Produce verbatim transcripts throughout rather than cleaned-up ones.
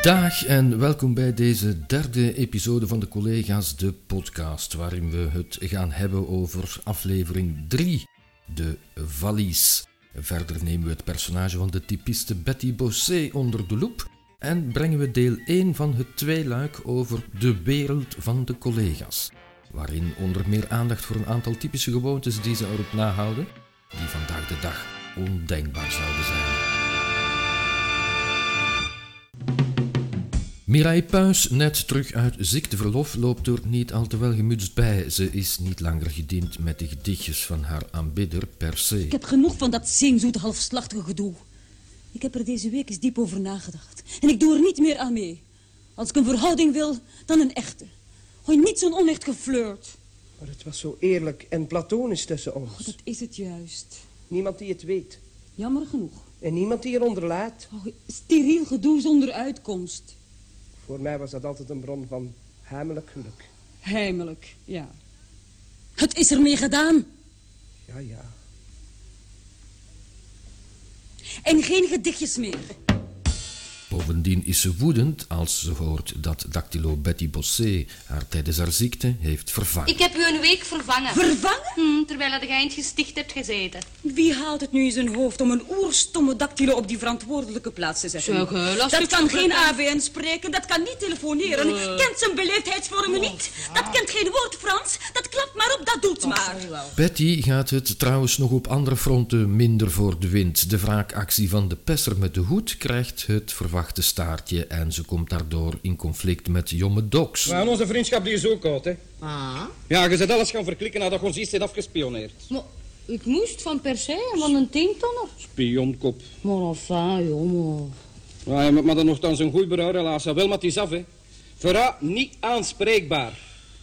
Dag en welkom bij deze derde episode van de Collega's, de podcast, waarin we het gaan hebben over aflevering drie, de valies. Verder nemen we het personage van de typiste Betty Bossé onder de loep en brengen we deel één van het tweeluik over de wereld van de collega's, waarin onder meer aandacht voor een aantal typische gewoontes die ze erop nahouden, die vandaag de dag ondenkbaar zouden zijn. Mireille Puis, net terug uit ziekteverlof, loopt er niet al te wel gemutst bij. Ze is niet langer gediend met de gedichtjes van haar aanbidder per se. Ik heb genoeg van dat seenzoete halfslachtige gedoe. Ik heb er deze week eens diep over nagedacht. En ik doe er niet meer aan mee. Als ik een verhouding wil, dan een echte. Gooi niet zo'n onecht geflirt. Maar het was zo eerlijk en platonisch tussen ons. Oh, dat is het juist. Niemand die het weet. Jammer genoeg. En niemand die eronder laat. Oh, steriel gedoe zonder uitkomst. Voor mij was dat altijd een bron van heimelijk geluk. Heimelijk, ja. Het is ermee gedaan. Ja, ja. En geen gedichtjes meer. Bovendien is ze woedend als ze hoort dat dactylo Betty Bossé haar tijdens haar ziekte heeft vervangen. Ik heb u een week vervangen. Vervangen? Hm, terwijl je in het gesticht hebt gezeten. Wie haalt het nu in zijn hoofd om een oerstomme dactylo op die verantwoordelijke plaats te zetten? Zeg, uh, dat kan geen A B N spreken, dat kan niet telefoneren. Uh. Kent zijn beleefdheidsvormen niet. Dat kent geen woord Frans. Dat klapt maar op, dat doet maar. Betty gaat het trouwens nog op andere fronten minder voor de wind. De wraakactie van de pesser met de hoed krijgt het verwachte staartje en ze komt daardoor in conflict met Jomme Doks. Maar onze vriendschap die is ook koud, hè. Ah. Ja, je zit alles gaan verklikken nadat je ons eerst hebt afgespioneerd. Maar ik moest van per se en van een tientonner. Spionkop. Maar enfin, jongen. Ja, je moet maar dan nogthans een goeie berouwrelatie. Wel, maar het is af, hè. Verra niet aanspreekbaar.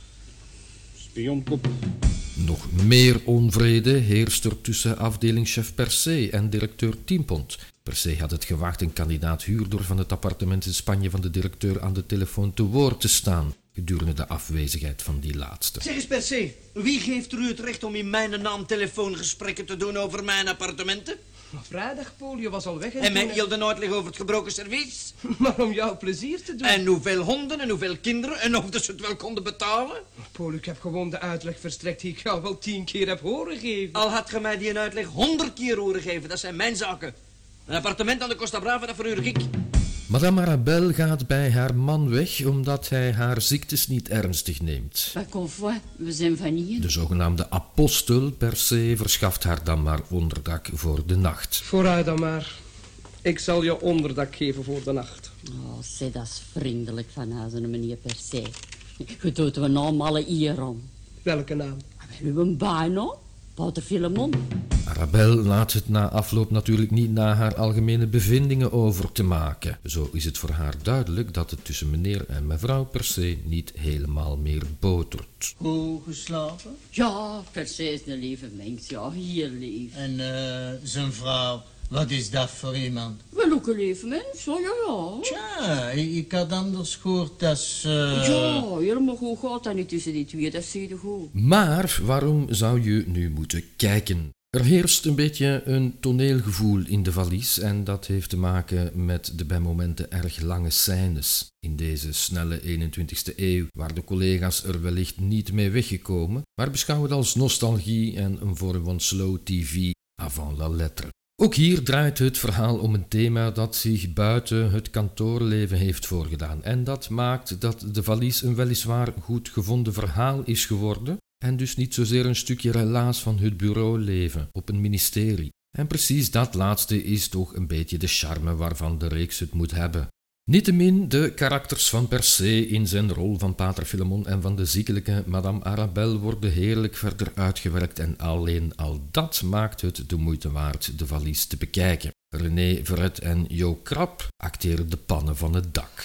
Spionkop. Nog meer onvrede heerst er tussen afdelingschef Percé en directeur Tienpont. Percé had het gewaagd een kandidaat huurder van het appartement in Spanje van de directeur aan de telefoon te woord te staan gedurende de afwezigheid van die laatste. Zeg eens per se, wie geeft er u het recht om in mijn naam telefoongesprekken te doen over mijn appartementen? Maar vrijdag, Paul, je was al weg. En, En mij toen- hield een uitleg over het gebroken servies? Maar om jou plezier te doen. En hoeveel honden en hoeveel kinderen en of dat ze het wel konden betalen? Paul, ik heb gewoon de uitleg verstrekt die ik jou wel tien keer heb horen geven. Al had je mij die een uitleg honderd keer horen geven, dat zijn mijn zaken. Een appartement aan de Costa Brava, dat verhuur ik. Madame Arabelle gaat bij haar man weg omdat hij haar ziektes niet ernstig neemt. Pas qu'on voit, we zijn vanille. De zogenaamde apostel Percé verschaft haar dan maar onderdak voor de nacht. Vooruit dan maar. Ik zal je onderdak geven voor de nacht. Oh, zeg, dat is vriendelijk van haar, zo'n meneer per se. Je doet we naam alle hier om. Welke naam? We hebben een bijna, Pater Filemon. Arabelle laat het na afloop natuurlijk niet na haar algemene bevindingen over te maken. Zo is het voor haar duidelijk dat het tussen meneer en mevrouw Percé niet helemaal meer botert. Goed geslapen? Ja, per se is een lieve mens, ja, heel lief. En uh, zijn vrouw, wat is dat voor iemand? Wel ook een lieve mens, ja, ja, ja. Tja, ik, ik had anders gehoord dat uh... Ja, helemaal goed gaat dat niet tussen die twee, dat zie je goed. Maar waarom zou je nu moeten kijken? Er heerst een beetje een toneelgevoel in de valies en dat heeft te maken met de bij momenten erg lange scènes. In deze snelle eenentwintigste eeuw, waar de collega's er wellicht niet mee weggekomen, maar beschouw het als nostalgie en een vorm van slow T V avant la lettre. Ook hier draait het verhaal om een thema dat zich buiten het kantoorleven heeft voorgedaan en dat maakt dat de valies een weliswaar goed gevonden verhaal is geworden, en dus niet zozeer een stukje relaas van het bureauleven op een ministerie. En precies dat laatste is toch een beetje de charme waarvan de reeks het moet hebben. Niettemin, de karakters van Percé in zijn rol van Pater Filemon en van de ziekelijke Madame Arabelle worden heerlijk verder uitgewerkt en alleen al dat maakt het de moeite waard de valies te bekijken. René Verret en Jo Krap acteren de pannen van het dak.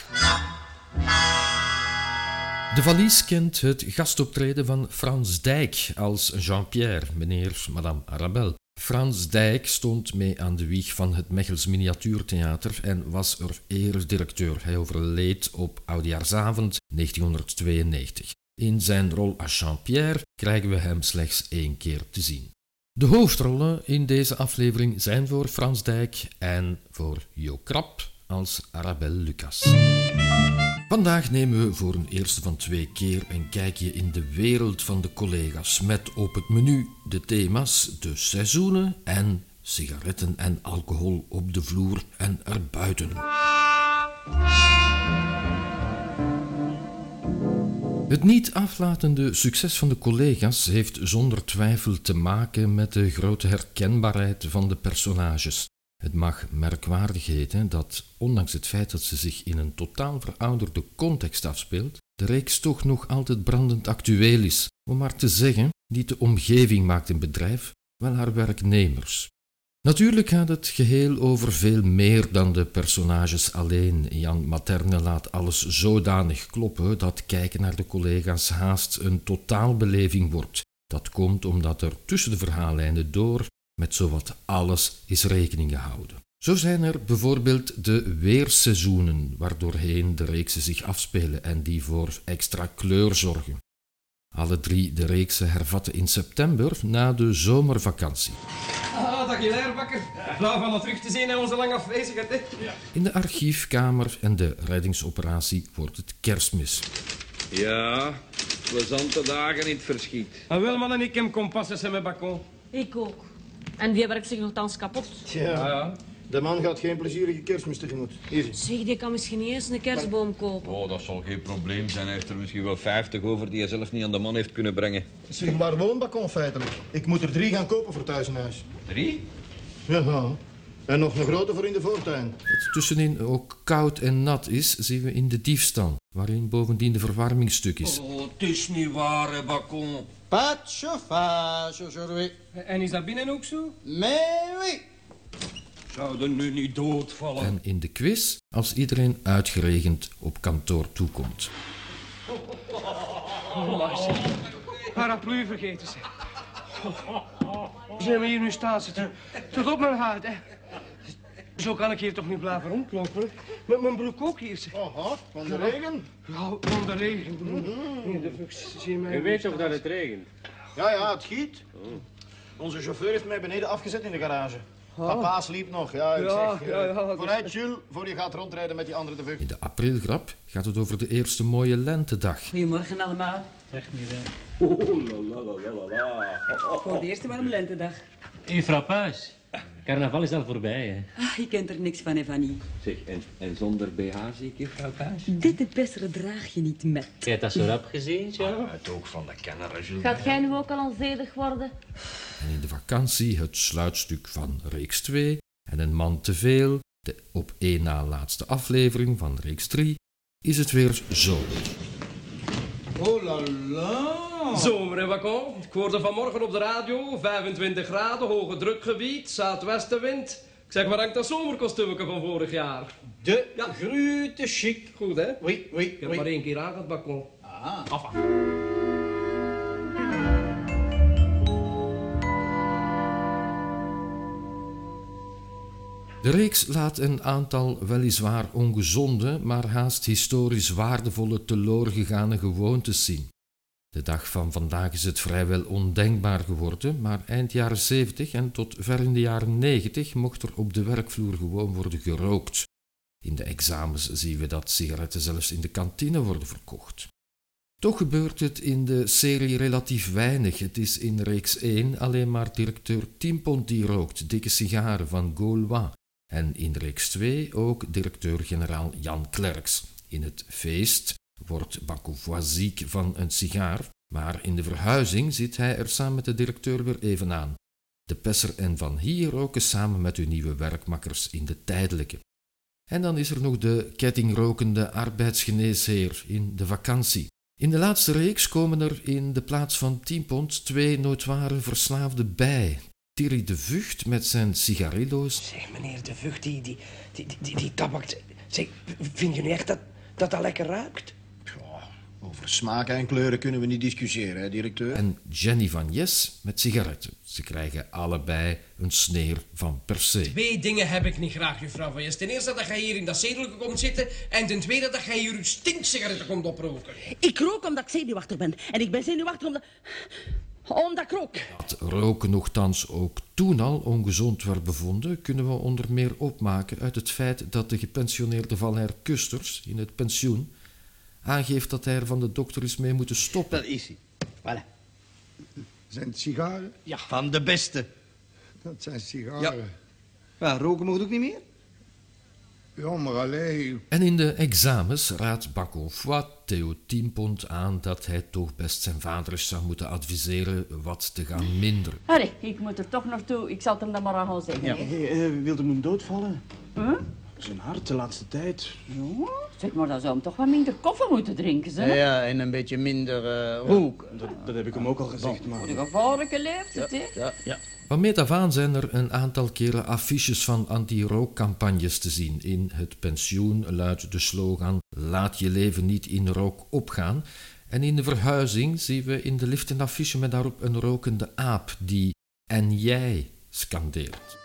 De valies kent het gastoptreden van Frans Dijk als Jean-Pierre, meneer Madame Arabelle. Frans Dijk stond mee aan de wieg van het Mechels Miniatuurtheater en was er eredirecteur. Hij overleed op Oudejaarsavond negentienhonderdtweeënnegentig. In zijn rol als Jean-Pierre krijgen we hem slechts één keer te zien. De hoofdrollen in deze aflevering zijn voor Frans Dijk en voor Jo Krap als Arabelle Lucas. Vandaag nemen we voor een eerste van twee keer een kijkje in de wereld van de collega's met op het menu de thema's, de seizoenen en sigaretten en alcohol op de vloer en erbuiten. Het niet aflatende succes van de collega's heeft zonder twijfel te maken met de grote herkenbaarheid van de personages. Het mag merkwaardig heten dat, ondanks het feit dat ze zich in een totaal verouderde context afspeelt, de reeks toch nog altijd brandend actueel is. Om maar te zeggen, niet de omgeving maakt een bedrijf, wel haar werknemers. Natuurlijk gaat het geheel over veel meer dan de personages alleen. Jan Materne laat alles zodanig kloppen dat kijken naar de collega's haast een totaalbeleving wordt. Dat komt omdat er tussen de verhaallijnen door met zowat alles is rekening gehouden. Zo zijn er bijvoorbeeld de weerseizoenen, waardoorheen de reeksen zich afspelen en die voor extra kleur zorgen. Alle drie de reeksen hervatten in september na de zomervakantie. Ah, dag Hilaire Bakker. Blauw van het terug te zien en onze lange afwezigheid, hè? Ja. In de archiefkamer en de reddingsoperatie wordt het Kerstmis. Ja, plezante dagen in het verschiet. Ah, wel man en ik heb kompassen en mijn balkon. Ik ook. En die werkt zich nogthans kapot. Tja, Ah, ja. de man gaat geen plezierige kerstmis tegemoet. Hier. Zeg, die kan misschien niet eens een kerstboom kopen. Oh, dat zal geen probleem zijn. Hij heeft er misschien wel vijftig over die hij zelf niet aan de man heeft kunnen brengen. Zeg, waar woont balkon feitelijk? Ik moet er drie gaan kopen voor thuis in huis. Drie? Ja, en nog een grote voor in de voortuin. Dat het tussenin ook koud en nat is, zien we in de diefstal, waarin bovendien de verwarming stuk is. Oh, het is niet waar, hè, Bacon. Pas de chauffage aujourd'hui. En is dat binnen ook zo? Mais oui. Zouden nu niet doodvallen? En in de quiz, als iedereen uitgeregend op kantoor toekomt. Oh, maar zeg. Paraplu vergeten ze. Zijn we hier nu staan zitten? Tot op mijn huid, hè? Zo kan ik hier toch niet blijven rondlopen? Met mijn broek ook hier, zeg. Aha, van de regen? Ja, van de regen. Nee, de fuchs, zie mij. Je weet toch dat het regent? Ja, ja, het giet. Onze chauffeur heeft mij beneden afgezet in de garage. Papa sliep nog, ja, ik Ja, zeg. ja, eh, ja, Vooruit, Jules, voor je gaat rondrijden met die andere de In vucht. de aprilgrap gaat het over de eerste mooie lentedag. Goedemorgen allemaal. Zeg niet, hè. Voor de eerste warme lentedag. Juffrouw Puis, carnaval is al voorbij, hè. Ah, je kent er niks van, Evanie. Zeg, en, en zonder B H zie ik juffrouw Thuis? Dit het bessere draag je niet met. Je hebt dat zo rap gezien, Joe? Het oog van de kenner, Jules. Gaat jij nu ook al onzedig worden? En in de vakantie het sluitstuk van reeks twee en een man te veel, de op één na laatste aflevering van reeks drie, is het weer zo. Oh la la. Zomer, hè, Bacon? Ik hoorde vanmorgen op de radio, vijfentwintig graden, hoge drukgebied, zuidwestenwind. Ik zeg, waar hangt dat zomerkostuumke van vorig jaar? De Ja. grote chic. Goed, hè? Oui, oui, Ik heb oui. maar één keer aangehad, Bacon. Ah. Enfin. De reeks laat een aantal weliswaar ongezonde, maar haast historisch waardevolle teloorgegane gewoontes zien. De dag van vandaag is het vrijwel ondenkbaar geworden, maar eind jaren zeventig en tot ver in de jaren negentig mocht er op de werkvloer gewoon worden gerookt. In de examens zien we dat sigaretten zelfs in de kantine worden verkocht. Toch gebeurt het in de serie relatief weinig. Het is in reeks één alleen maar directeur Timpont die rookt dikke sigaren van Gaulois. En in reeks twee ook directeur-generaal Jan Klerks. In het feest wordt Bacovois ziek van een sigaar, maar in de verhuizing zit hij er samen met de directeur weer even aan. De Pesser en Van Hier roken samen met hun nieuwe werkmakkers in de tijdelijke. En dan is er nog de kettingrokende arbeidsgeneesheer in de vakantie. In de laatste reeks komen er in de plaats van Timpont twee notoire verslaafden bij. Thierry de Vught met zijn sigarillo's. Zeg, meneer de Vught, die, die, die, die, die tabak... Zeg, vind je nu echt dat dat, dat lekker ruikt? Ja, over smaak en kleuren kunnen we niet discussiëren, hè, directeur? En Jenny van Yes met sigaretten. Ze krijgen allebei een sneer van per se. Twee dingen heb ik niet graag, juffrouw Van Jes. Ten eerste dat jij hier in dat zedelijke komt zitten. En ten tweede dat jij hier uw stinksigaretten komt oproken. Ik rook omdat ik zenuwachtig ben. En ik ben zenuwachtig omdat... Onda krook. Dat roken nogthans ook toen al ongezond werd bevonden, kunnen we onder meer opmaken uit het feit dat de gepensioneerde Valère Kusters in het pensioen aangeeft dat hij er van de dokter is mee moeten stoppen. Dat is hij. Voilà. Zijn het sigaren? Ja. Van de beste. Dat zijn sigaren. Ja. Ja, roken mag ook niet meer? Ja, maar alleen. En in de examens raadt Baconfoy Theo Tienpont aan dat hij toch best zijn vader zou moeten adviseren wat te gaan minderen. Allee, ik moet er toch naartoe. Ik zal het hem dan maar aan gaan zeggen. Ja. Hey, uh, wilde hem doodvallen? Huh? Zijn hart de laatste tijd. Ja, zeg maar, dan zou hem toch wat minder koffie moeten drinken, hè? Ja, ja, en een beetje minder uh, rook. Ja, dat, dat heb ik hem ook al gezegd, maar... Voor de gevaarlijke leeftijd, hè? Ja, ja, ja. Van meet af aan zijn er een aantal keren affiches van anti-rookcampagnes te zien. In het pensioen luidt de slogan "Laat je leven niet in rook opgaan". En in de verhuizing zien we in de lift een affiche met daarop een rokende aap die "en jij" scandeert.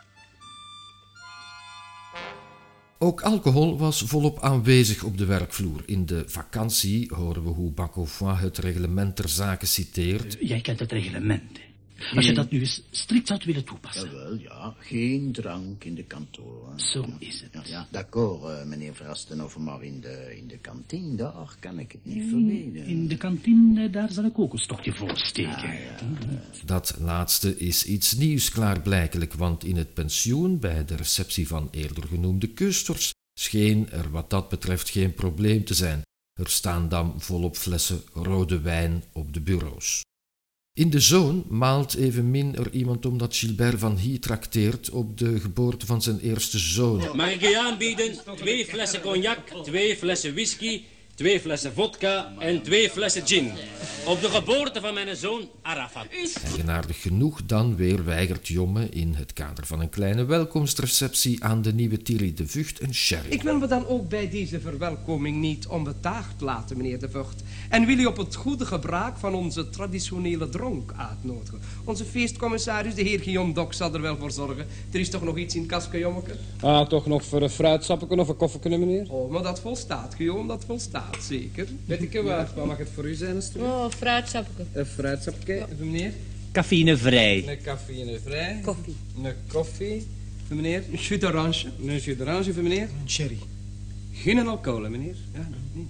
Ook alcohol was volop aanwezig op de werkvloer. In de vakantie horen we hoe Baconfoy het reglement ter zake citeert. Jij kent het reglement, hè? Als je dat nu eens strikt zou willen toepassen. Jawel, ja. Geen drank in de kantoor. Zo is het. Ja, ja d'accord, uh, meneer Verrastenhoven, maar in de, in de kantine, daar kan ik het niet vermijden. In de kantine, daar zal ik ook een stokje voor steken. Ah, ja. Dat laatste is iets nieuws klaarblijkelijk, want in het pensioen, bij de receptie van eerder genoemde Kusters, scheen er wat dat betreft geen probleem te zijn. Er staan dan volop flessen rode wijn op de bureaus. In de zoon maalt evenmin er iemand om dat Gilbert van Hy trakteert op de geboorte van zijn eerste zoon. Mag ik je aanbieden twee flessen cognac, twee flessen whisky, twee flessen vodka en twee flessen gin. Op de geboorte van mijn zoon Arafat. Eigenaardig genoeg dan weer weigert Jomme in het kader van een kleine welkomstreceptie aan de nieuwe Thierry de Vught een sherry. Ik wil me dan ook bij deze verwelkoming niet onbetaagd laten, meneer de Vught. En wil u op het goede gebruik van onze traditionele dronk uitnodigen. Onze feestcommissaris, de heer Guillaume Dok, zal er wel voor zorgen. Er is toch nog iets in kaske, jommeke? Ah, toch nog voor een fruitsappetje of een koffieke, meneer? Oh, maar dat volstaat, Guillaume, dat volstaat, zeker. Weet ik wat, wat mag het voor u zijn, alstublieft? Oh, fruitsapje. Een fruitsapje, ja. Meneer? Cafeïnevrij. Een cafeïnevrij. Koffie. Een koffie. Voor meneer? Een jus d'orange. Een jus d'orange voor meneer? Een sherry. Geen alcohol, meneer? Ja, nee.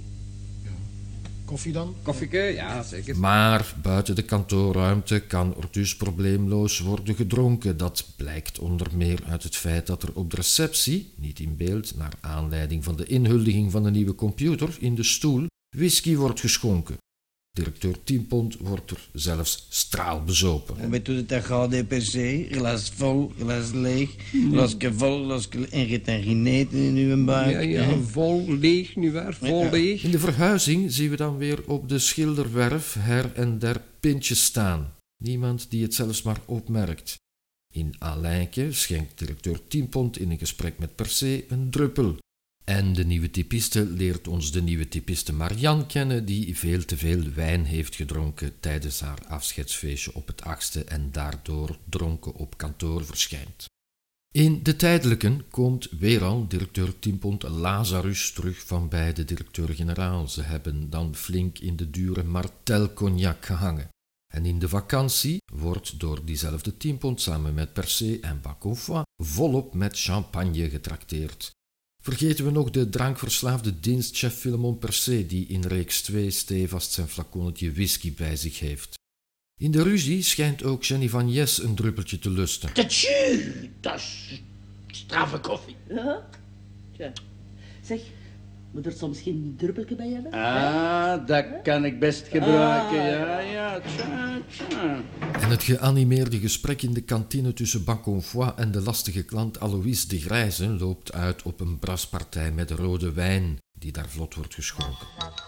Koffie dan? Koffieke, ja, zeker. Maar buiten de kantoorruimte kan er dus probleemloos worden gedronken. Dat blijkt onder meer uit het feit dat er op de receptie, niet in beeld, naar aanleiding van de inhuldiging van de nieuwe computer in de stoel, whisky wordt geschonken. Directeur Tienpont wordt er zelfs straalbezopen. En weet u dat dat gaat, per se? Glas vol, glas leeg, glasje vol, glasje en rit en gineten in uw buik. Ja, ja, vol, leeg, nu waar, vol, leeg. In de verhuizing zien we dan weer op de schilderwerf her en der pintjes staan. Niemand die het zelfs maar opmerkt. In Alijnke schenkt directeur Tienpont in een gesprek met Percé een druppel. En de nieuwe typiste leert ons de nieuwe typiste Marianne kennen, die veel te veel wijn heeft gedronken tijdens haar afscheidsfeestje op het achtste en daardoor dronken op kantoor verschijnt. In De Tijdelijken komt weer al directeur Tienpont Lazarus terug van bij de directeur-generaal. Ze hebben dan flink in de dure Martel cognac gehangen. En in De Vakantie wordt door diezelfde Tienpont samen met Percé en Baconfoy volop met champagne getrakteerd. Vergeten we nog de drankverslaafde dienstchef Philemon Percé, die in reeks twee stevast zijn flaconnetje whisky bij zich heeft. In de ruzie schijnt ook Jenny van Yes een druppeltje te lusten. Tjie, dat is straffe koffie. Ja? Tja. Zeg, moet er soms geen druppeltje bij hebben? Ah, dat kan ik best gebruiken, ah, ja, ja, tja, tja. En het geanimeerde gesprek in de kantine tussen Baconfoy en de lastige klant Aloïs de Grijze loopt uit op een braspartij met rode wijn, die daar vlot wordt geschonken.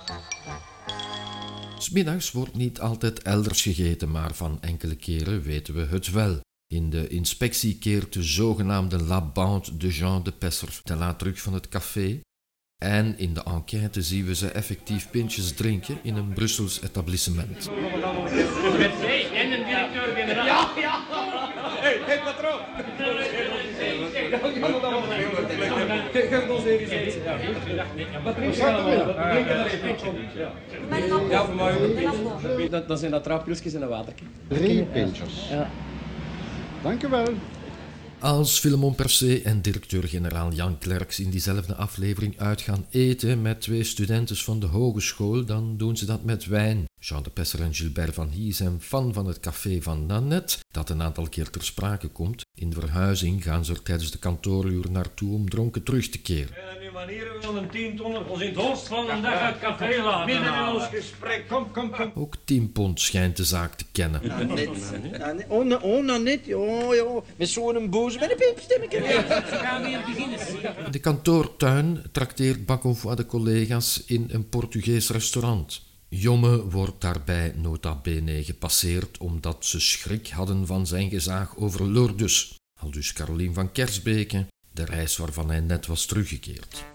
'S Middags wordt niet altijd elders gegeten, maar van enkele keren weten we het wel. In de inspectie keert de zogenaamde La Bande de Jean de Pesser te laat terug van het café. En in de enquête zien we ze effectief pintjes drinken in een Brussels etablissement. Hey, en een directeur-generaal. Ja, ja. Hé, hey, hey, patroon. Geef ons even iets. Ja, wat drinken we allemaal? Ja, voor mij ook. Dat, dat zijn dat trapjes en een watertje. Drie pintjes. Ja. Dank u wel. Als Philemon Percé en directeur-generaal Jan Klerks in diezelfde aflevering uitgaan eten met twee studenten van de hogeschool, dan doen ze dat met wijn. Jean de Pesser en Gilbert van Hie zijn fan van het café van Nanette, dat een aantal keer ter sprake komt. In de verhuizing gaan ze er tijdens de kantooruur naartoe om dronken terug te keren. En nu manieren we een tientonner ons in het hoogst van een dag het café laten. Midden in ons gesprek, kom, kom, kom. Ook tien pond schijnt de zaak te kennen. Nanette. Oh, oh, Nanette. Oh, ja. Met zo'n boze met een piepstemmetje. Gaan we weer beginnen. In de kantoortuin trakteert Baconvois de collega's in een Portugees restaurant. Jomme wordt daarbij nota bene gepasseerd omdat ze schrik hadden van zijn gezaag over Lourdes. Aldus Caroline van Kersbeke, de reis waarvan hij net was teruggekeerd.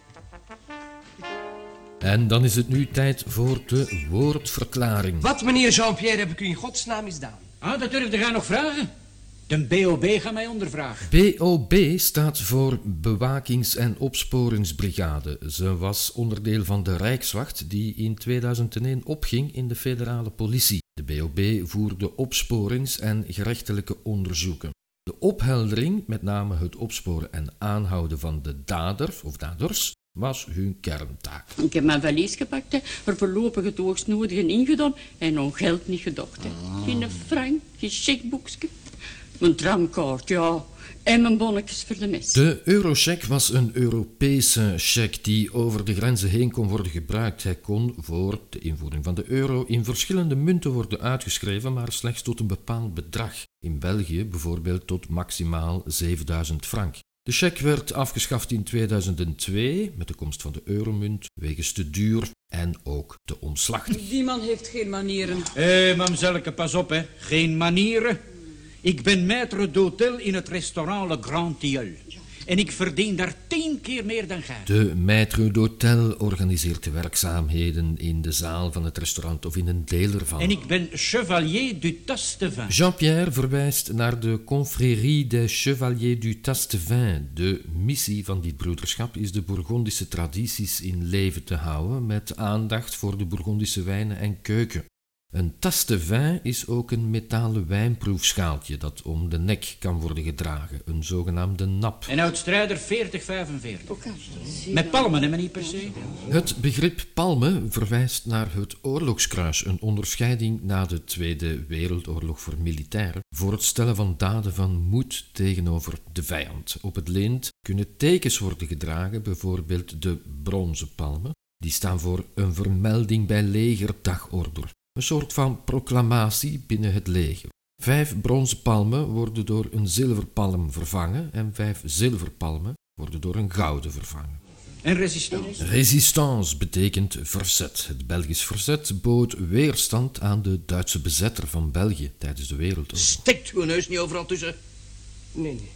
En dan is het nu tijd voor de woordverklaring. Wat, meneer Jean-Pierre, heb ik u in godsnaam misdaan? Ah, dat durfde jij nog vragen? De B O B gaat mij ondervragen. B O B staat voor Bewakings- en Opsporingsbrigade. Ze was onderdeel van de Rijkswacht die in tweeduizend één opging in de federale politie. De B O B voerde opsporings- en gerechtelijke onderzoeken. De opheldering, met name het opsporen en aanhouden van de dader of daders, was hun kerntaak. Ik heb mijn valies gepakt, hè, er voorlopig het hoogstnodige ingedaan en nog geld niet gedacht. Hè. Geen frank, geen checkboekje, mijn tramkaart, ja, en mijn bonnetjes voor de mes. De eurocheck was een Europese cheque die over de grenzen heen kon worden gebruikt. Hij kon voor de invoering van de euro in verschillende munten worden uitgeschreven, maar slechts tot een bepaald bedrag. In België bijvoorbeeld tot maximaal zevenduizend frank. De cheque werd afgeschaft in tweeduizend twee met de komst van de euromunt, wegens te duur en ook te omslachtig. Die man heeft geen manieren. Hé, hey, mamzelleke, pas op, hè. Geen manieren. Ik ben maître d'hôtel in het restaurant Le Grand Tilleul. En ik verdien daar tien keer meer dan gij. De maître d'hôtel organiseert de werkzaamheden in de zaal van het restaurant of in een deel ervan. En ik ben chevalier du Tasse de Vin. Jean-Pierre verwijst naar de Confrérie des Chevaliers du Tasse de Vin. De missie van dit broederschap is de Bourgondische tradities in leven te houden met aandacht voor de Bourgondische wijnen en keuken. Een tasse de vin is ook een metalen wijnproefschaaltje dat om de nek kan worden gedragen, een zogenaamde nap. En oud-strijder veertig vijfenveertig. Met palmen, hè, maar niet per se. Het begrip palme verwijst naar het oorlogskruis, een onderscheiding na de Tweede Wereldoorlog voor militairen, voor het stellen van daden van moed tegenover de vijand. Op het lint kunnen tekens worden gedragen, bijvoorbeeld de bronzen palmen. Die staan voor een vermelding bij legerdagorder. Een soort van proclamatie binnen het leger. Vijf bronzen palmen worden door een zilverpalm vervangen en vijf zilverpalmen worden door een gouden vervangen. En resistance? Resistance betekent verzet. Het Belgisch verzet bood weerstand aan de Duitse bezetter van België tijdens de Wereldoorlog. Steekt uw neus niet overal tussen? Nee, nee.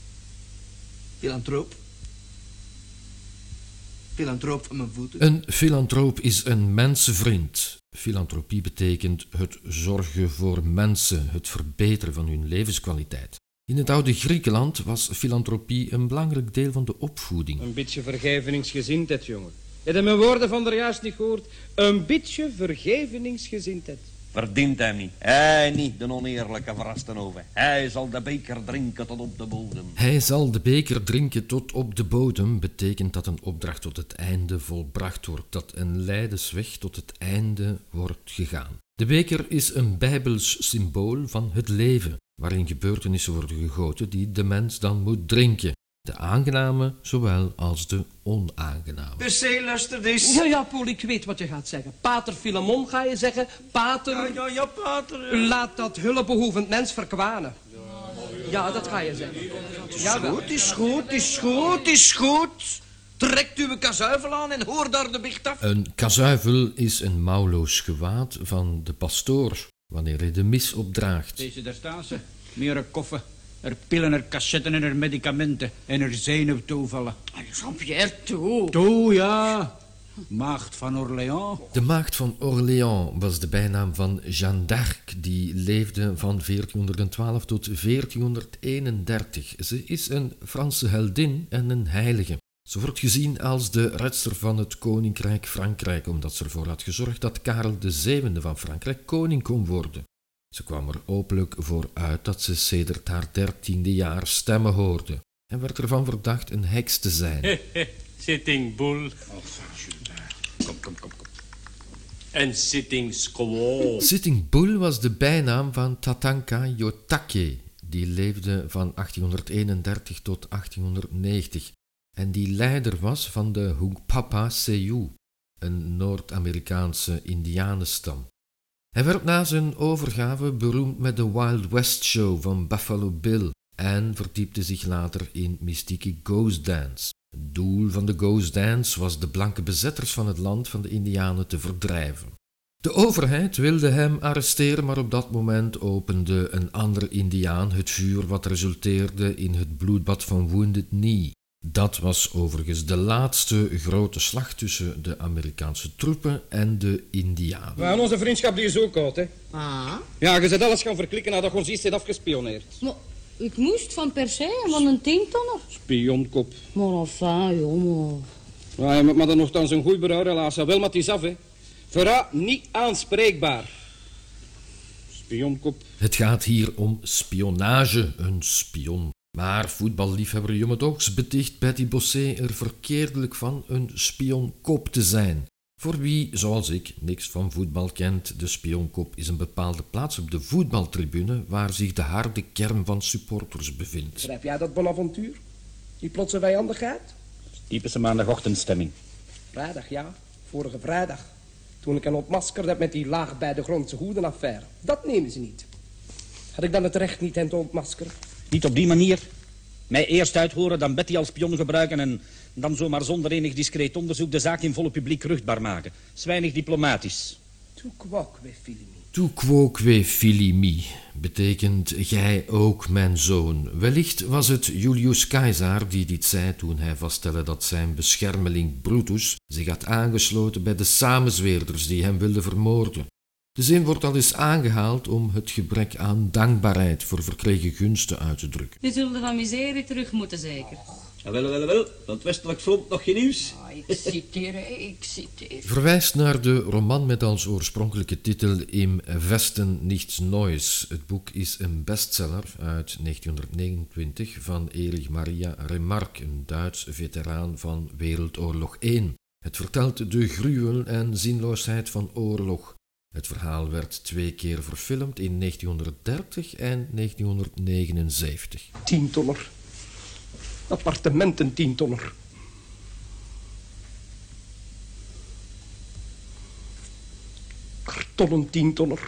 Filantroop. Filantroop van mijn voeten. Een filantroop is een mensenvriend. Filantropie betekent het zorgen voor mensen, het verbeteren van hun levenskwaliteit. In het oude Griekenland was filantropie een belangrijk deel van de opvoeding. Een beetje vergeveningsgezindheid, jongen. Je hebt mijn woorden van der juist niet gehoord. Een beetje vergeveningsgezindheid. Verdient hem niet. Hij niet, de oneerlijke Verrastenhoven. Hij zal de beker drinken tot op de bodem. Hij zal de beker drinken tot op de bodem betekent dat een opdracht tot het einde volbracht wordt, dat een lijdensweg tot het einde wordt gegaan. De beker is een bijbels symbool van het leven, waarin gebeurtenissen worden gegoten die de mens dan moet drinken. De aangename zowel als de onaangename. De zeeluster is... Ja, ja, Paul, ik weet wat je gaat zeggen. Pater Filemon ga je zeggen. Pater... Ja, ja, ja, pater. Laat dat hulpbehoevend mens verkwanen. Ja, dat ga je zeggen. Het is goed, is goed, is goed, is goed. Trekt uw kazuivel aan en hoor daar de biecht af. Een kazuivel is een mouwloos gewaad van de pastoor wanneer hij de mis opdraagt. Deze daar staan ze. Meer een koffer. Er pillen, er cassetten en er medicamenten. En er zenuwtoevallen. Jean-Pierre, toe. Toe, ja. Maagd van Orléans. De Maagd van Orléans was de bijnaam van Jeanne d'Arc, die leefde van veertienhonderdtwaalf tot veertienhonderdeenendertig. Ze is een Franse heldin en een heilige. Ze wordt gezien als de redster van het koninkrijk Frankrijk, omdat ze ervoor had gezorgd dat Karel de Zevende van Frankrijk koning kon worden. Ze kwam er openlijk voor uit dat ze sedert haar dertiende jaar stemmen hoorde en werd ervan verdacht een heks te zijn. Sitting Bull. Kom, kom, kom, kom. En Sitting Squall. Sitting Bull was de bijnaam van Tatanka Yotake. Die leefde van achttienhonderdeenendertig tot achttienhonderdnegentig en die leider was van de Hunkpapa Sioux, een Noord-Amerikaanse indianenstam. Hij werd na zijn overgave beroemd met de Wild West Show van Buffalo Bill en verdiepte zich later in mystieke Ghost Dance. Het doel van de Ghost Dance was de blanke bezetters van het land van de indianen te verdrijven. De overheid wilde hem arresteren, maar op dat moment opende een andere indiaan het vuur wat resulteerde in het bloedbad van Wounded Knee. Dat was overigens de laatste grote slag tussen de Amerikaanse troepen en de indianen. Maar onze vriendschap die is ook koud, hè? Ah. Ja, je zet alles gaan verklikken nadat je ons eerst hebt afgespioneerd. Maar ik moest van per se en van een tientonner. Spionkop. Maar enfin, jongen. Ja, je moet maar dan nogthans een goeie berouw helaas. Wel, maar het is af, hè. Verraad niet aanspreekbaar. Spionkop. Het gaat hier om spionage, een spion. Maar voetballiefhebber Jonge Dogs beticht Betty Bosset er verkeerdelijk van een spionkop te zijn. Voor wie, zoals ik, niks van voetbal kent, de spionkop is een bepaalde plaats op de voetbaltribune waar zich de harde kern van supporters bevindt. Begrijp jij dat bonavontuur? Die plotse vijandigheid? Typische maandagochtendstemming. Vrijdag, ja. Vorige vrijdag. Toen ik hen ontmaskerd heb met die laag bij de grondse hoedenaffaire. Dat nemen ze niet. Had ik dan het recht niet hen te ontmaskeren? Niet op die manier. Mij eerst uithoren, dan Betty als spion gebruiken en dan zomaar zonder enig discreet onderzoek de zaak in volle publiek ruchtbaar maken. Zwijnig diplomatisch. Tu quoque filimi. Tu quoque filimi betekent gij ook mijn zoon. Wellicht was het Julius Caesar die dit zei toen hij vaststelde dat zijn beschermeling Brutus zich had aangesloten bij de samenzweerders die hem wilden vermoorden. De zin wordt al eens aangehaald om het gebrek aan dankbaarheid voor verkregen gunsten uit te drukken. Je zult van miserie terug moeten, zeker. Ja, wel, wel, wel. Van het westelijk front nog geen nieuws. Ah, ik citeer, hè, ik citeer. Verwijst naar de roman met als oorspronkelijke titel Im Westen nichts Neues. Het boek is een bestseller uit negentienhonderdnegenentwintig van Erich Maria Remarque, een Duits veteraan van Wereldoorlog één. Het vertelt de gruwel en zinloosheid van oorlog. Het verhaal werd twee keer verfilmd in negentienhonderddertig en negentienhonderdnegenenzeventig. Tientonner. Appartementen tientonner. Kartonnen tientonner.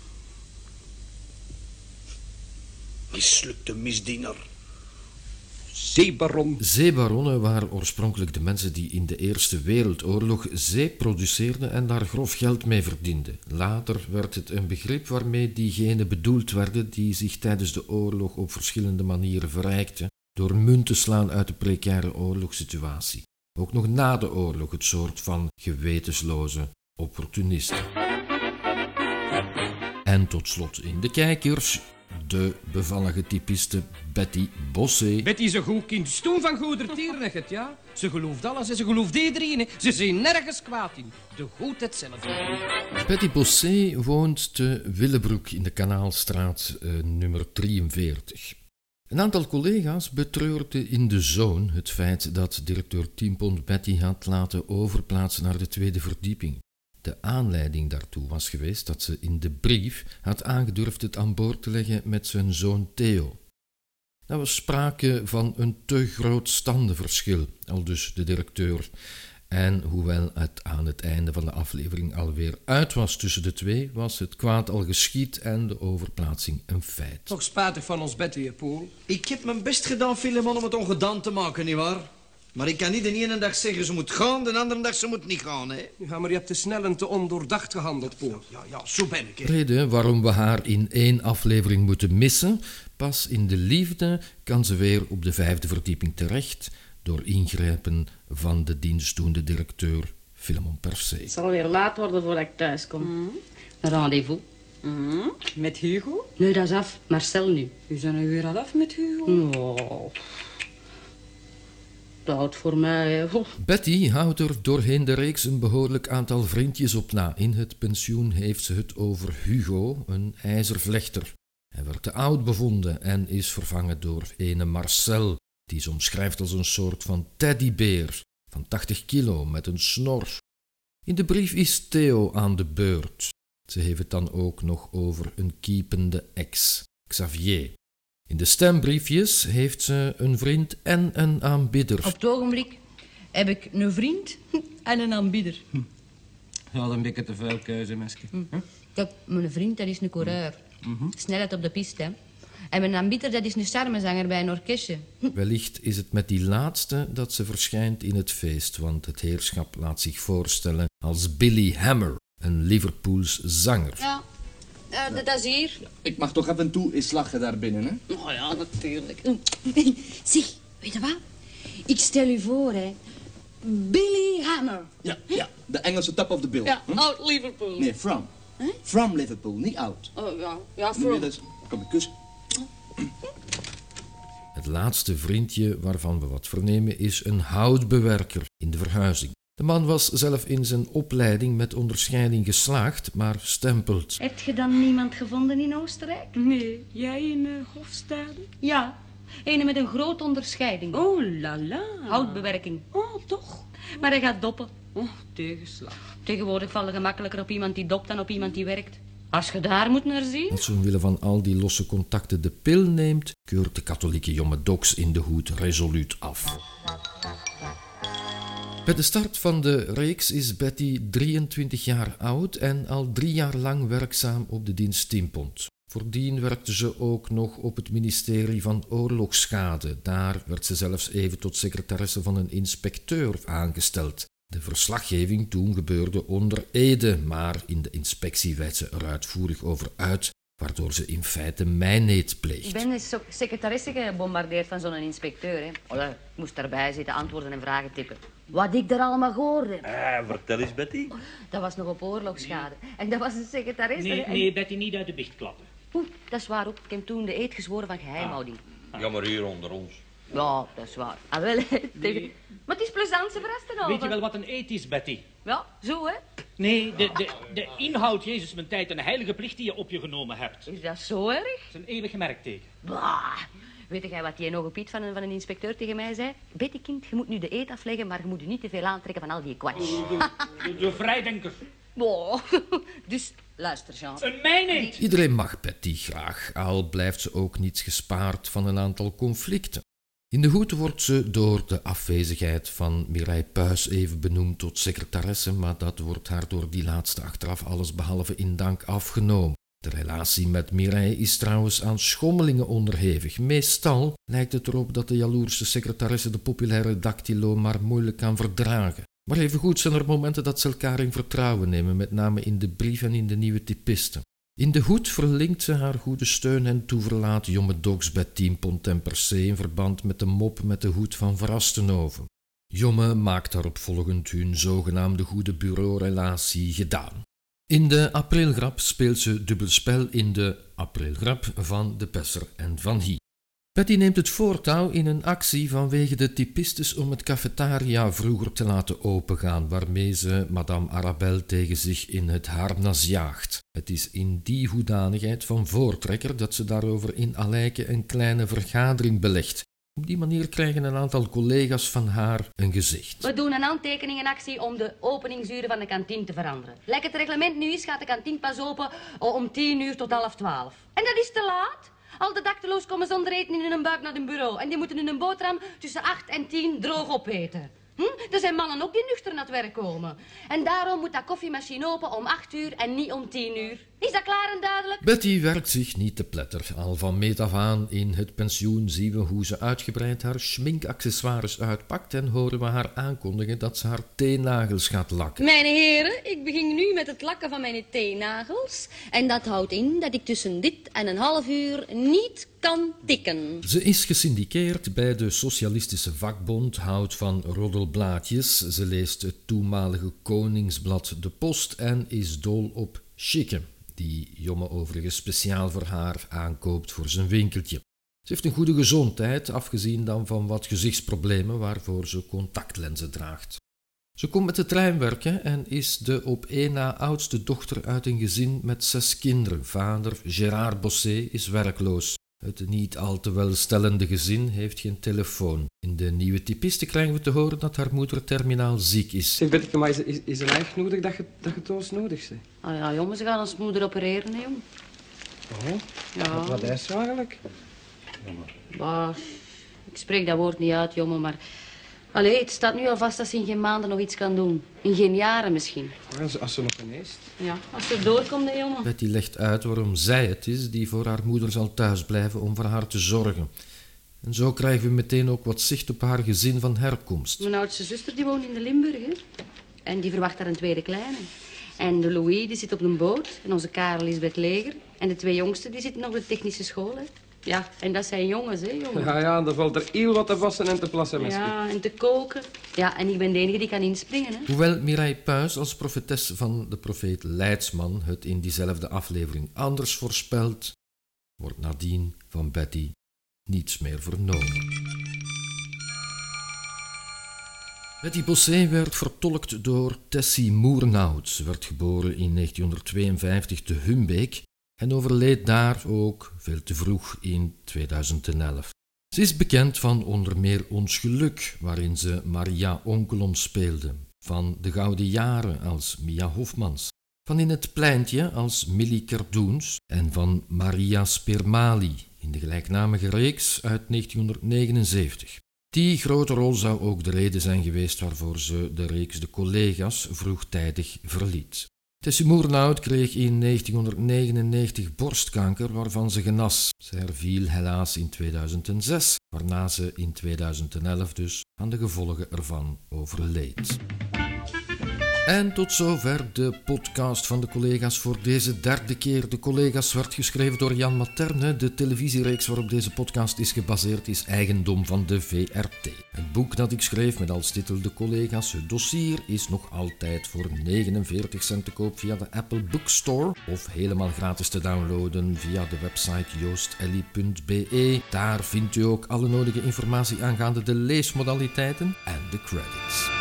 Mislukte misdiener. Zeebaron. Zeebaronnen waren oorspronkelijk de mensen die in de Eerste Wereldoorlog zee produceerden en daar grof geld mee verdienden. Later werd het een begrip waarmee diegenen bedoeld werden die zich tijdens de oorlog op verschillende manieren verrijkten door munt te slaan uit de precaire oorlogssituatie. Ook nog na de oorlog het soort van gewetensloze opportunisten. En tot slot in de kijkers de bevallige typiste Betty Bosset. Betty is een goed kind. Stoen van goedertierenigheid, ja. Ze gelooft alles en ze gelooft iedereen. Hè. Ze zijn nergens kwaad in. De goedheid zelf. Betty Bosset woont te Willebroek in de Kanaalstraat uh, nummer drieënveertig. Een aantal collega's betreurde in de Zoon het feit dat directeur Tienpont Betty had laten overplaatsen naar de tweede verdieping. De aanleiding daartoe was geweest dat ze in de brief had aangedurfd het aan boord te leggen met zijn zoon Theo. Er was sprake van een te groot standenverschil, aldus de directeur. En hoewel het aan het einde van de aflevering alweer uit was tussen de twee, was het kwaad al geschied en de overplaatsing een feit. Toch spijtig van ons Betty, hè, Paul? Ik heb mijn best gedaan, Filemon, om het ongedaan te maken, nietwaar? Maar ik kan niet de ene dag zeggen ze moet gaan, de andere dag ze moet niet gaan, hè? Ja, maar je hebt te snel en te ondoordacht gehandeld, Paul. Ja, ja, zo ben ik, hè. Reden waarom we haar in één aflevering moeten missen, pas in de liefde kan ze weer op de vijfde verdieping terecht door ingrijpen van de dienstdoende directeur Filemon Percé. Het zal weer laat worden voordat ik thuis kom. Mm. Een rendezvous. Mm. Met Hugo? Nee, dat is af. Marcel nu. U zijn nu weer al af met Hugo? Oh. te oud voor mij. Hè. Oh. Betty houdt er doorheen de reeks een behoorlijk aantal vriendjes op na. In het pensioen heeft ze het over Hugo, een ijzervlechter. Hij werd te oud bevonden en is vervangen door ene Marcel, die ze omschrijft als een soort van teddybeer van tachtig kilo met een snor. In de brief is Theo aan de beurt. Ze heeft het dan ook nog over een kiepende ex, Xavier. In de stembriefjes heeft ze een vriend en een aanbidder. Op het ogenblik heb ik een vriend en een aanbidder. Hm. Ja, dan ben ik te veel keuze, meisje. Hm. Kijk, mijn vriend dat is een coureur. Mm-hmm. Snelheid op de piste, hè. En mijn aanbidder dat is een charmezanger bij een orkestje. Wellicht is het met die laatste dat ze verschijnt in het feest, want het heerschap laat zich voorstellen als Billy Hammer, een Liverpools zanger. Ja, uh, dat is hier. Ik mag toch af en toe eens lachen daar binnen, hè? Oh ja, natuurlijk. Zeg, weet je wat? Ik stel u voor, hè. Billy Hammer. Ja, ja, de Engelse top of the bill. Ja, hm? out Liverpool. Nee, from. Huh? From Liverpool, niet out. Oh ja, ja, from. Dus, kom ik kussen. Het laatste vriendje waarvan we wat vernemen is een houtbewerker in de verhuizing. De man was zelf in zijn opleiding met onderscheiding geslaagd, maar stempelt. Heb je dan niemand gevonden in Oostenrijk? Nee, jij in uh, Hofstade? Ja, ene met een grote onderscheiding. Oh la la. Houtbewerking. Oh, toch? Maar hij gaat doppen. Oh, tegenslag. Tegenwoordig vallen gemakkelijker op iemand die dopt dan op iemand die werkt. Als je daar moet naar zien. Als ze omwille van al die losse contacten de pil neemt, keurt de katholieke jonge doks in de hoed resoluut af. Bij de start van de reeks is Betty drieëntwintig jaar oud en al drie jaar lang werkzaam op de dienst Tienpont. Voordien werkte ze ook nog op het ministerie van Oorlogsschade. Daar werd ze zelfs even tot secretaresse van een inspecteur aangesteld. De verslaggeving toen gebeurde onder ede, maar in de inspectie wijdt ze er uitvoerig over uit, waardoor ze in feite mijneed pleegt. Ik ben de secretaresse gebombardeerd van zo'n inspecteur. Hè. Allee, ik moest daarbij zitten, antwoorden en vragen tippen. Wat ik er allemaal gehoord heb. Ah, vertel eens, Betty. Dat was nog op oorlogsschade. En dat was de secretaresse. Nee, en... nee, Betty, niet uit de biecht klappen. Oeh, dat is waar ook. Ik heb toen de eed gezworen van geheimhouding. Ah. Ja, maar hier onder ons. Ja, dat is waar. Ah, wel, tegen... nee. Maar het is plezant, ze verrasten over. Weet je wel wat een eed is, Betty? Ja, zo hè? Nee, de, de, de inhoud, Jezus mijn tijd, een heilige plicht die je op je genomen hebt. Is dat zo erg? Dat is een eeuwig merkteken. Bah. Weet jij wat die nog Piet van een, van een inspecteur tegen mij zei? Betty, kind, je moet nu de eed afleggen, maar je moet je niet te veel aantrekken van al die kwats. De, de, de vrijdenker. Boah. Dus, luister, Jean. Een mijneed. Iedereen mag Betty graag, al blijft ze ook niets gespaard van een aantal conflicten. In de hoed wordt ze door de afwezigheid van Mireille Puis even benoemd tot secretaresse, maar dat wordt haar door die laatste achteraf allesbehalve in dank afgenomen. De relatie met Mireille is trouwens aan schommelingen onderhevig. Meestal lijkt het erop dat de jaloerse secretaresse de populaire dactylo maar moeilijk kan verdragen. Maar evengoed zijn er momenten dat ze elkaar in vertrouwen nemen, met name in de brief en in de nieuwe typisten. In de hoed verlinkt ze haar goede steun en toeverlaat jonge dogs bij Tienpont en per se in verband met de mop met de hoed van Verrastenhoven. Jomme maakt daarop volgend hun zogenaamde goede bureaurelatie gedaan. In de aprilgrap speelt ze dubbelspel in de aprilgrap van de Pesser en Van Hie. Betty neemt het voortouw in een actie vanwege de typistes om het cafetaria vroeger te laten opengaan, waarmee ze madame Arabelle tegen zich in het harnas jaagt. Het is in die hoedanigheid van voortrekker dat ze daarover in Aleike een kleine vergadering belegt. Op die manier krijgen een aantal collega's van haar een gezicht. We doen een handtekeningenactie om de openingsuren van de kantine te veranderen. Lijkt het reglement nu is, gaat de kantine pas open om tien uur tot half twaalf. En dat is te laat. Al de dakteloos komen zonder eten in hun buik naar hun bureau. En die moeten hun boterham tussen acht en tien droog opeten. Hm? Er zijn mannen ook die nuchter naar het werk komen. En daarom moet dat koffiemachine open om acht uur en niet om tien uur. Is dat klaar en duidelijk? Betty werkt zich niet te pletter. Al van meet af aan in het pensioen zien we hoe ze uitgebreid haar schminkaccessoires uitpakt en horen we haar aankondigen dat ze haar teennagels gaat lakken. Mijn heren, ik begin nu met het lakken van mijn teennagels. En dat houdt in dat ik tussen dit en een half uur niet kan tikken. Ze is gesyndiceerd bij de Socialistische Vakbond, houdt van roddelblaadjes. Ze leest het toenmalige Koningsblad De Post en is dol op chique, die Jomme overigens speciaal voor haar aankoopt voor zijn winkeltje. Ze heeft een goede gezondheid, afgezien dan van wat gezichtsproblemen waarvoor ze contactlenzen draagt. Ze komt met de trein werken en is de op één na oudste dochter uit een gezin met zes kinderen. Vader Gérard Bossé is werkloos. Het niet al te welstellende gezin heeft geen telefoon. In de nieuwe typiste krijgen we te horen dat haar moeder terminaal ziek is. Zeg, Betteke, maar is, is, is het echt nodig dat je, dat je het ons nodig zegt? Ah ja, jongen, ze gaan ons moeder opereren, hè, jong. Oh, Ja. wat, wat is het eigenlijk? Bah, ik spreek dat woord niet uit, jongen, maar... Allee, het staat nu al vast dat ze in geen maanden nog iets kan doen. In geen jaren misschien. Als, als ze nog geneest. Ja, als ze doorkomt, hè, jongen. Betty legt uit waarom zij het is die voor haar moeder zal thuisblijven om voor haar te zorgen. En zo krijgen we meteen ook wat zicht op haar gezin van herkomst. Mijn oudste zuster die woont in de Limburg, hè. En die verwacht daar een tweede kleine. En de Louis die zit op een boot. En onze Karel is bij het leger. En de twee jongsten die zitten nog op de technische school, hè. Ja, en dat zijn jongens, hè, jongen. Ja, ja, er valt er heel wat te wassen en te plassen, meisje. Ja, en te koken. Ja, en ik ben de enige die kan inspringen, hè. Hoewel Mireille Puis als profetes van de profeet Leidsman het in diezelfde aflevering anders voorspelt, wordt nadien van Betty niets meer vernomen. Betty Bossé werd vertolkt door Tessie Moernout. Ze werd geboren in negentienhonderdtweeënvijftig te Humbeek en overleed daar ook veel te vroeg in tweeduizend elf. Ze is bekend van onder meer Ons Geluk, waarin ze Maria Onkelom speelde, van De Gouden Jaren als Mia Hofmans, van In het Pleintje als Millie Kerdoens en van Maria Spermali in de gelijknamige reeks uit negentienhonderdnegenenzeventig. Die grote rol zou ook de reden zijn geweest waarvoor ze de reeks De Collega's vroegtijdig verliet. Tessie Moernout kreeg in negentienhonderdnegenennegentig borstkanker waarvan ze genas. Ze herviel helaas in tweeduizend zes, waarna ze in tweeduizend elf dus aan de gevolgen ervan overleed. En tot zover de podcast van de collega's voor deze derde keer. De collega's werd geschreven door Jan Materne. De televisiereeks waarop deze podcast is gebaseerd is eigendom van de V R T. Het boek dat ik schreef met als titel De Collega's, het dossier, is nog altijd voor negenenveertig cent te koop via de Apple Bookstore of helemaal gratis te downloaden via de website joostelli punt b e. Daar vindt u ook alle nodige informatie aangaande de leesmodaliteiten en de credits.